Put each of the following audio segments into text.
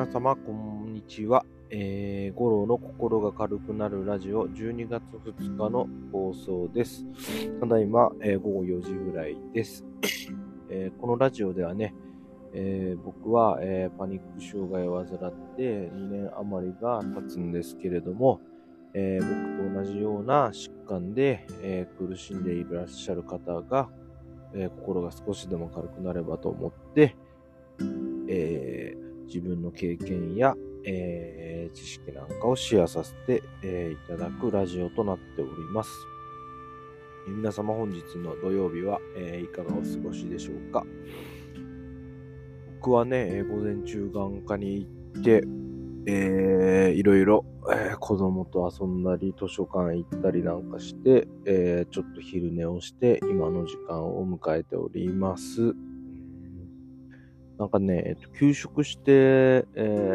皆様、こんにちは。五郎の心が軽くなるラジオ12月2日の放送です。ただいま、午後4時ぐらいです。このラジオではね、僕は、パニック障害を患って2年余りが経つんですけれども、僕と同じような疾患で、苦しんでいらっしゃる方が、心が少しでも軽くなればと思って、自分の経験や、知識なんかをシェアさせて、いただくラジオとなっております。皆様本日の土曜日は、いかがお過ごしでしょうか。僕はね、午前中眼科に行って、いろいろ、子供と遊んだり図書館行ったりなんかして、ちょっと昼寝をして今の時間を迎えております。なんかね、休職して、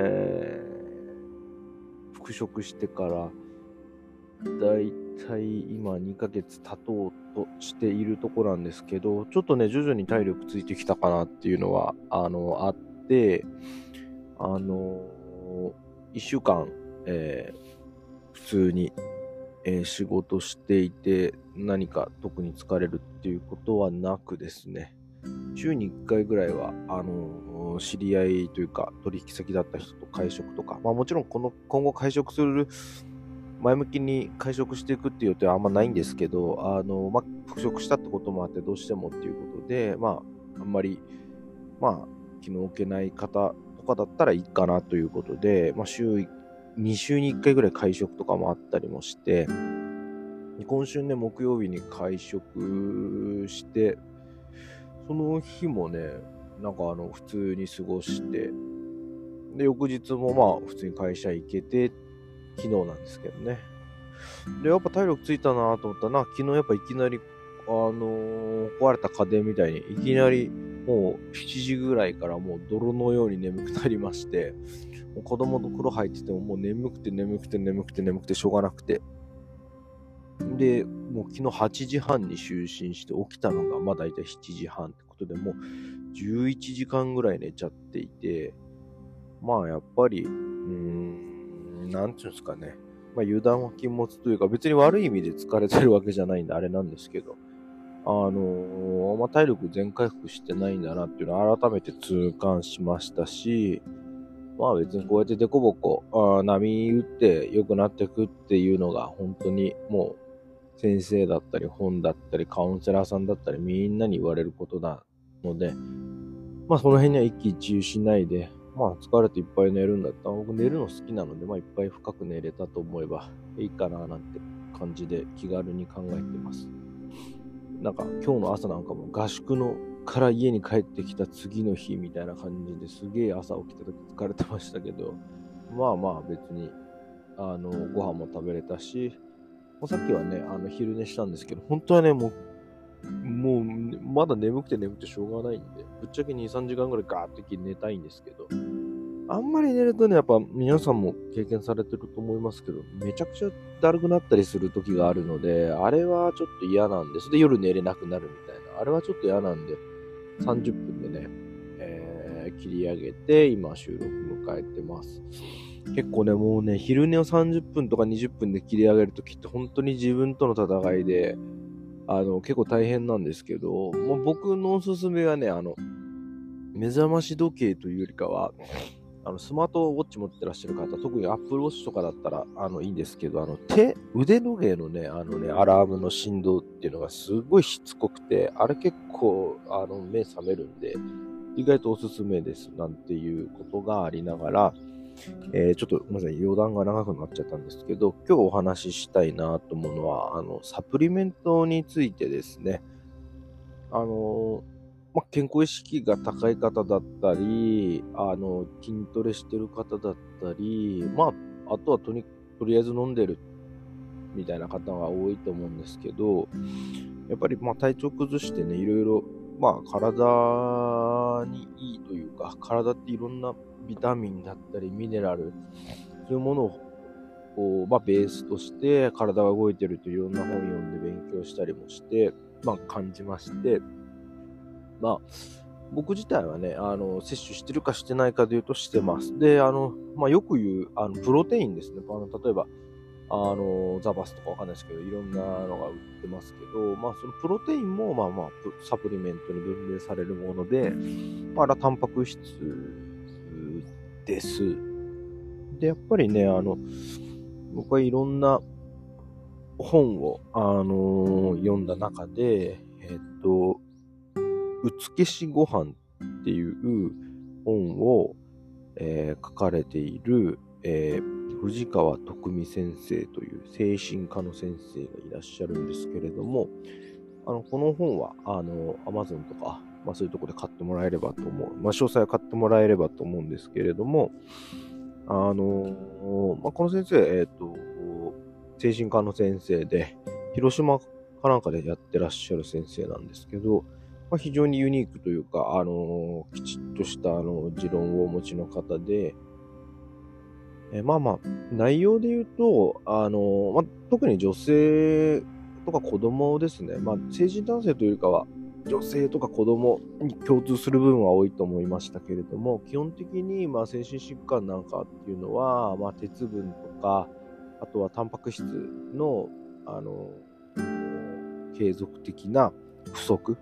復職してから、だいたい今2ヶ月経とうとしているところなんですけど、ちょっとね、徐々に体力ついてきたかなっていうのは、あって、1週間、普通に、仕事していて、何か特に疲れるっていうことはなくですね、週に1回ぐらいは、知り合いというか、取引先だった人と会食とか、もちろん今後会食する、前向きに会食していくっていう予定はあんまないんですけど、復職したってこともあって、どうしてもっていうことで、あんまり、気の置けない方とかだったらいいかなということで、2週に1回ぐらい会食とかもあったりもして、今週ね、木曜日に会食して、その日もね、普通に過ごして、で、翌日も普通に会社行けて、昨日なんですけどね。で、やっぱ体力ついたなと思ったら昨日やっぱいきなり、壊れた家電みたいに、いきなりもう7時ぐらいからもう泥のように眠くなりまして、もう子供と風呂入っててももう眠くてしょうがなくて。で、もう昨日8時半に就寝して起きたのがだいたい7時半ってことで、もう11時間ぐらい寝ちゃっていて、やっぱり、なんていうんですかね。油断は禁物というか、別に悪い意味で疲れてるわけじゃないんであれなんですけど、体力全回復してないんだなっていうのを改めて痛感しましたし、別にこうやってデコボコ、波打って良くなっていくっていうのが本当にもう先生だったり本だったりカウンセラーさんだったりみんなに言われることなので、その辺には一喜一憂しないで、疲れていっぱい寝るんだったら、僕寝るの好きなので、いっぱい深く寝れたと思えばいいかななんて感じで気軽に考えてます。今日の朝なんかも合宿から家に帰ってきた次の日みたいな感じですげえ朝起きた時疲れてましたけど、別に、ご飯も食べれたし、さっきはね、昼寝したんですけど、本当はね、もう、まだ眠くてしょうがないんで、ぶっちゃけ2、3時間ぐらいガーって寝たいんですけど、あんまり寝るとね、やっぱ皆さんも経験されてると思いますけど、めちゃくちゃだるくなったりする時があるので、あれはちょっと嫌なんです。で、夜寝れなくなるみたいな。あれはちょっと嫌なんで、30分でね、切り上げて、今収録迎えてます。結構ね、もうね、昼寝を30分とか20分で切り上げるときって本当に自分との戦いで、結構大変なんですけど、僕のおすすめはね、目覚まし時計というよりかは、スマートウォッチ持ってらっしゃる方、特に Apple Watch とかだったら、いいんですけど、腕時計のね、アラームの振動っていうのがすごいしつこくて、あれ結構、目覚めるんで、意外とおすすめです、なんていうことがありながら、ちょっとごめんなさい、余談が長くなっちゃったんですけど、今日お話ししたいなと思うのは、サプリメントについてですね。健康意識が高い方だったり、筋トレしてる方だったり、あとはとりあえず飲んでるみたいな方が多いと思うんですけど、やっぱり体調崩してね、いろいろ、体にいいというか、体っていろんなビタミンだったり、ミネラル、そういうものをベースとして体が動いてるといろんな本読んで勉強したりもして、感じまして、 僕自体はね、摂取してるかしてないかで言うとしてます。で、よく言う、プロテインですね。例えば、ザバスとかわかんないですけど、いろんなのが売ってますけど、そのプロテインも、サプリメントに分類されるもので、タンパク質です。で、やっぱりね、僕はいろんな本を、読んだ中で、うつけしご飯っていう本を、書かれている、藤川徳美先生という精神科の先生がいらっしゃるんですけれども、この本は、Amazon とか、そういうところで買ってもらえればと思う。詳細は買ってもらえればと思うんですけれども、この先生、精神科の先生で、広島かなんかでやってらっしゃる先生なんですけど、非常にユニークというか、きちっとした持論をお持ちの方で、内容で言うと、特に女性とか子供ですね。成人男性というかは、女性とか子供に共通する部分は多いと思いましたけれども、基本的に精神疾患なんかっていうのは、鉄分とか、あとはタンパク質の、継続的な不足、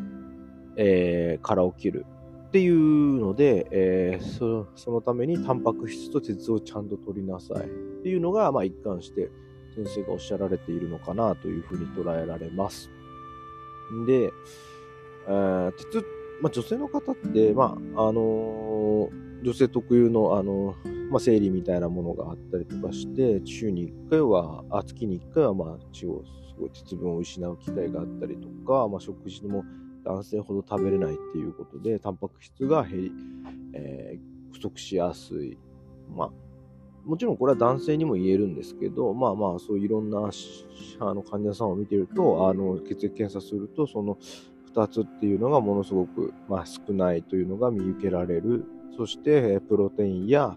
から起きるっていうので、そのためにタンパク質と鉄をちゃんと取りなさいっていうのが、一貫して先生がおっしゃられているのかなというふうに捉えられます。で、鉄、女性の方って、女性特有の、生理みたいなものがあったりとかして、月に1回は、すごい鉄分を失う機会があったりとか、食事も男性ほど食べれないっていうことで、タンパク質が不足しやすい。もちろんこれは男性にも言えるんですけど、そういういろんな患者さんを見てると、血液検査すると、その2つっていうのがものすごく、少ないというのが見受けられる。そして、プロテインや、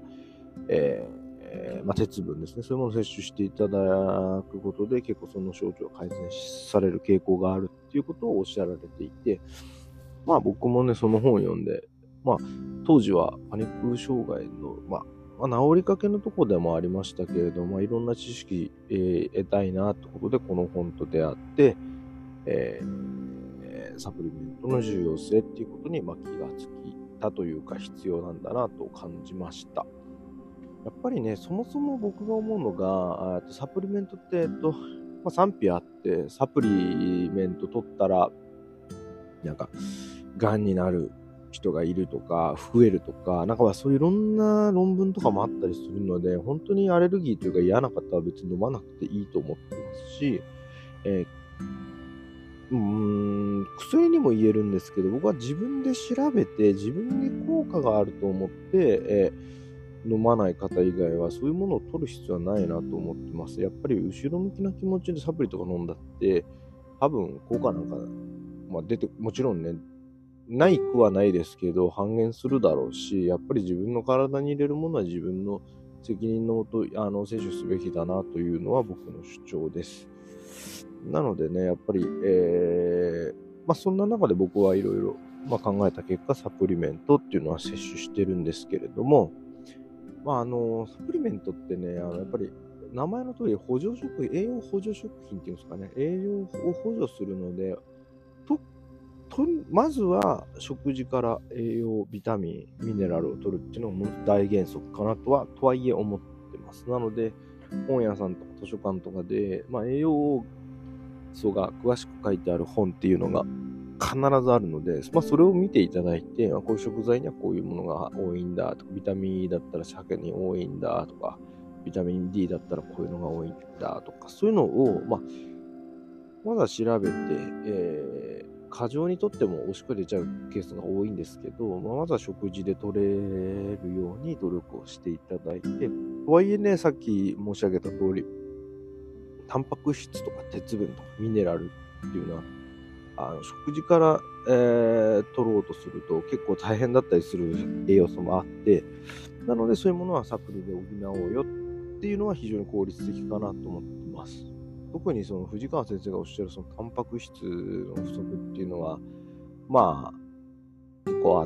鉄分ですね。そういうものを摂取していただくことで、結構その症状が改善される傾向があるっていうことをおっしゃられていて、僕もね、その本を読んで、当時はパニック障害の、治りかけのとこでもありましたけれども、いろんな知識、得たいなということで、この本と出会って、サプリメントの重要性っていうことに、気がついたというか、必要なんだなと感じました。やっぱりね、そもそも僕が思うのが、サプリメントって、賛否あって、サプリメント取ったら、癌になる人がいるとか、増えるとか、そういういろんな論文とかもあったりするので、本当にアレルギーというか嫌な方は別に飲まなくていいと思ってますし、薬にも言えるんですけど、僕は自分で調べて、自分に効果があると思って、飲まない方以外はそういうものを取る必要はないなと思ってます。やっぱり後ろ向きな気持ちでサプリとか飲んだって、多分効果なんか、もちろんね、ないくはないですけど、半減するだろうし、やっぱり自分の体に入れるものは自分の責任のもと、摂取すべきだなというのは僕の主張です。なのでね、やっぱり、そんな中で僕はいろいろ考えた結果、サプリメントっていうのは摂取してるんですけれども、サプリメントってね、やっぱり名前の通り栄養補助食品っていうんですかね、栄養を補助するので、まずは食事から栄養、ビタミン、ミネラルを取るっていうのが大原則かなとはいえ思ってます。なので、本屋さんとか図書館とかで、栄養素が詳しく書いてある本っていうのが必ずあるので、それを見ていただいて、こういう食材にはこういうものが多いんだとか、ビタミン E だったら鮭に多いんだとか、ビタミン D だったらこういうのが多いんだとか、そういうのを、まだ調べて、過剰にとってもおしっこ出ちゃうケースが多いんですけど、まずは食事で取れるように努力をしていただいて、とはいえね、さっき申し上げた通り、タンパク質とか鉄分とかミネラルっていうのは、食事から、取ろうとすると結構大変だったりする栄養素もあって、なのでそういうものはサプリで補おうよっていうのは非常に効率的かなと思ってます。特にその藤川先生がおっしゃるそのタンパク質の不足っていうのは、 結構あって、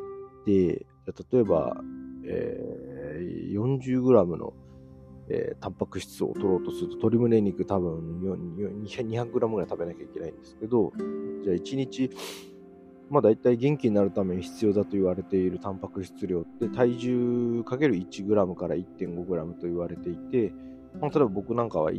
例えば、40g の、タンパク質を取ろうとすると、鶏胸肉多分200g ぐらい食べなきゃいけないんですけど、じゃあ1日、だいたい元気になるために必要だと言われているタンパク質量って体重 ×1g から 1.5g と言われていて、例えば僕なんかは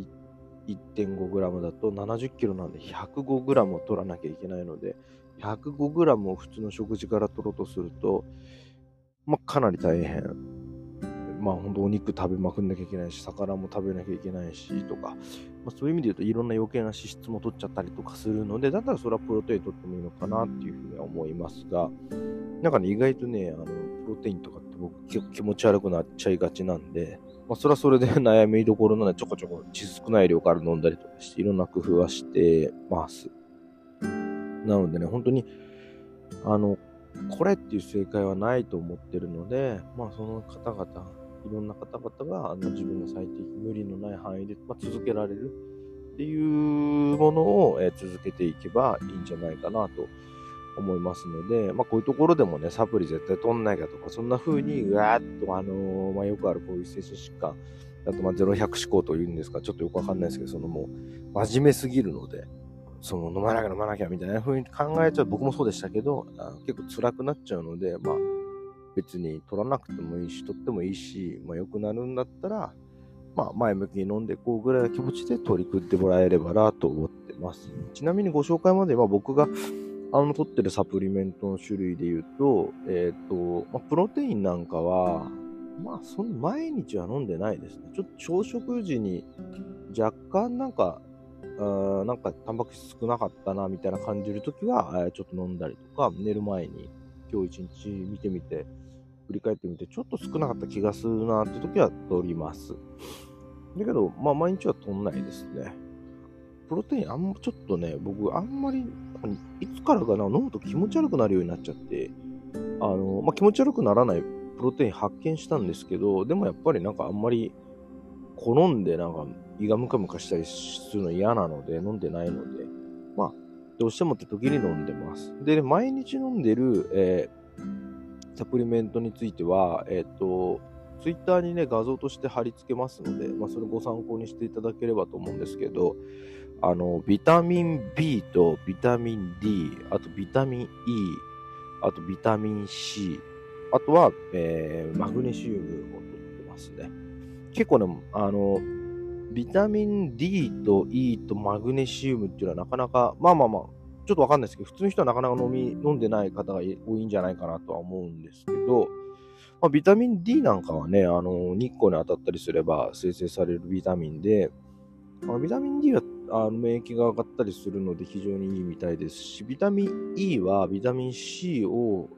1.5g だと70キロなんで 105g を取らなきゃいけないので、105g を普通の食事から取ろうとすると、かなり大変。本当お肉食べまくんなきゃいけないし、魚も食べなきゃいけないしとか、そういう意味で言うといろんな余計な脂質も取っちゃったりとかするので、だったらそれはプロテイン取ってもいいのかなっていうふうには思いますが、意外とね、プロテインとかって僕結構気持ち悪くなっちゃいがちなんで、それはそれで悩みどころなのでちょこちょこ血少ない量から飲んだりとかしていろんな工夫はしてます。なのでね、本当に、これっていう正解はないと思ってるので、その方々、いろんな方々が自分の最適無理のない範囲で、続けられるっていうものを、続けていけばいいんじゃないかなと思いますので、こういうところでもね、サプリ絶対取んなきゃとか、そんな風にうわーっとよくあるこういう精神疾患、あと0-100思考というんですか、ちょっとよくわかんないですけど、もう真面目すぎるので、飲まなきゃみたいな風に考えちゃう、僕もそうでしたけど、結構辛くなっちゃうので、別に取らなくてもいいし、取ってもいいし、良くなるんだったら、前向きに飲んでいこうぐらいの気持ちで取り組んでもらえればなと思ってます。ちなみにご紹介までは僕が取ってるサプリメントの種類で言うと、プロテインなんかは、そんな毎日は飲んでないですね。ちょっと朝食時に若干タンパク質少なかったなみたいな感じるときは、ちょっと飲んだりとか、寝る前に今日一日見てみて、振り返ってみて、ちょっと少なかった気がするなってときは取ります。だけど、毎日は取んないですね。プロテインちょっとね、僕あんまり、いつからかな、飲むと気持ち悪くなるようになっちゃって、気持ち悪くならないプロテイン発見したんですけど、でもやっぱりあんまり好んで胃がムカムカしたりするの嫌なので飲んでないので、どうしてもって時に飲んでます。で、毎日飲んでる、サプリメントについては、ツイッターにね、画像として貼り付けますので、それご参考にしていただければと思うんですけど、ビタミン B とビタミン D、あとビタミン E、あとビタミン C、あとは、マグネシウムを取ってますね。結構ね、ビタミン D と E とマグネシウムっていうのはなかなか、ちょっとわかんないですけど、普通の人はなかなか飲んでない方が多いんじゃないかなとは思うんですけど、ビタミン D なんかはね、日光に当たったりすれば生成されるビタミンで、ビタミン D は免疫が上がったりするので非常にいいみたいですし、ビタミン E はビタミン C を、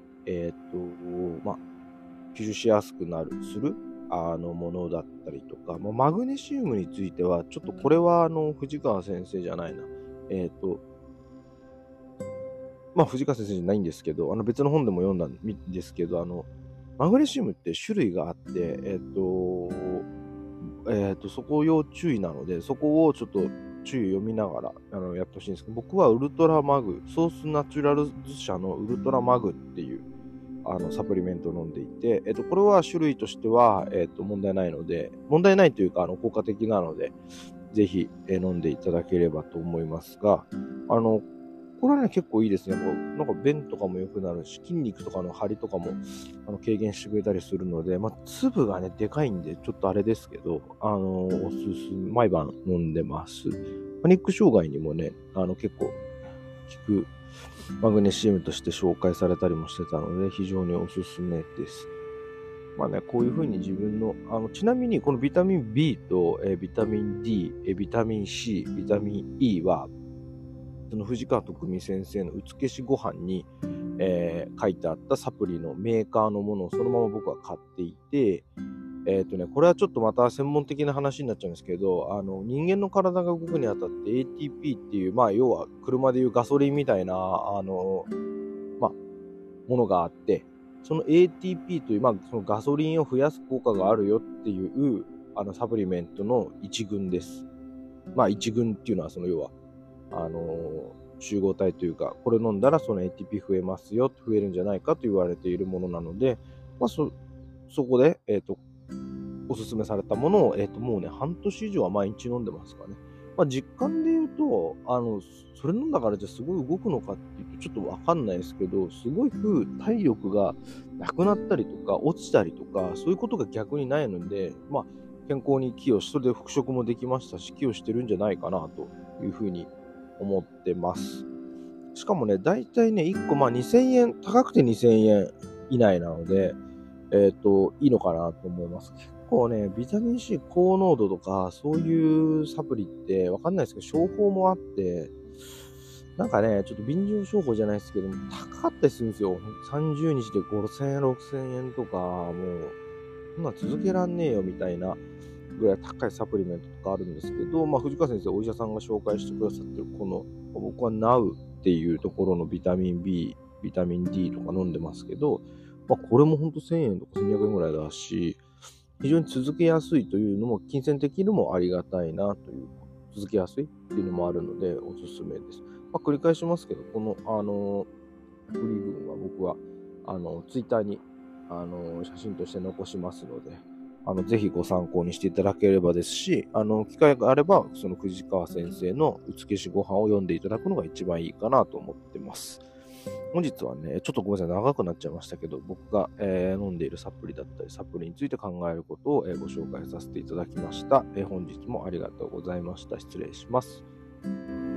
吸収しやすくするものだったりとか、マグネシウムについては、ちょっとこれは藤川先生じゃないな。藤川先生じゃないんですけど、別の本でも読んだんですけど、マグネシウムって種類があって、そこ要注意なので、そこをちょっと注意を読みながらやってほしいんですけど、僕はウルトラマグ、ソースナチュラルズ社のウルトラマグっていうサプリメントを飲んでいて、これは種類としては、問題ないので、問題ないというか効果的なので、ぜひ、飲んでいただければと思いますが、これはね、結構いいですね。便とかも良くなるし、筋肉とかの張りとかも軽減してくれたりするので、粒がね、でかいんで、ちょっとあれですけど、おすすめ、毎晩飲んでます。パニック障害にもね、結構効くマグネシウムとして紹介されたりもしてたので、非常におすすめです。こういう風に自分の、ちなみにこのビタミン B と、ビタミン D、ビタミン C、ビタミン E は、その藤川徳美先生のうつけしご飯に、書いてあったサプリのメーカーのものをそのまま僕は買っていて、これはちょっとまた専門的な話になっちゃうんですけど、人間の体が動くにあたって ATP っていう、要は車でいうガソリンみたいな、ものがあって、その ATP という、そのガソリンを増やす効果があるよっていう、サプリメントの一群です。一群っていうのは、要は、 集合体というか、これ飲んだらその ATP 増えますよ、増えるんじゃないかと言われているものなので、そこで、おすすめされたものを、もうね、半年以上は毎日飲んでますかね。実感で言うと、それ飲んだからじゃすごい動くのかっていうと、ちょっとわかんないですけど、すごく体力がなくなったりとか、落ちたりとか、そういうことが逆にないので、健康に寄与し、それで復職もできましたし、寄与してるんじゃないかなというふうに思ってます。しかもね、だいたいね、1個2000円、高くて2000円以内なので、いいのかなと思います。結構ね、ビタミン C 高濃度とか、そういうサプリってわかんないですけど、商法もあって、なんかね、ちょっと便乗商法じゃないですけど、高かったりするんですよ。30日で5000円、6000円とか、もう、そんなん続けらんねえよみたいなぐらい高いサプリメントとかあるんですけど、藤川先生、お医者さんが紹介してくださってる、この、僕は Now っていうところのビタミン B、ビタミン D とか飲んでますけど、これもほんと1000円とか1200円ぐらいだし、非常に続けやすいというのも、金銭的にもありがたいなという、続けやすいっていうのもあるので、おすすめです。繰り返しますけど、この、フリー文は僕は、ツイッターに、写真として残しますので、ぜひご参考にしていただければですし、機会があれば、その藤川先生の美しご飯を読んでいただくのが一番いいかなと思ってます。本日はね、ちょっとごめんなさい、長くなっちゃいましたけど、僕が、飲んでいるサプリだったり、サプリについて考えることを、ご紹介させていただきました。本日もありがとうございました。失礼します。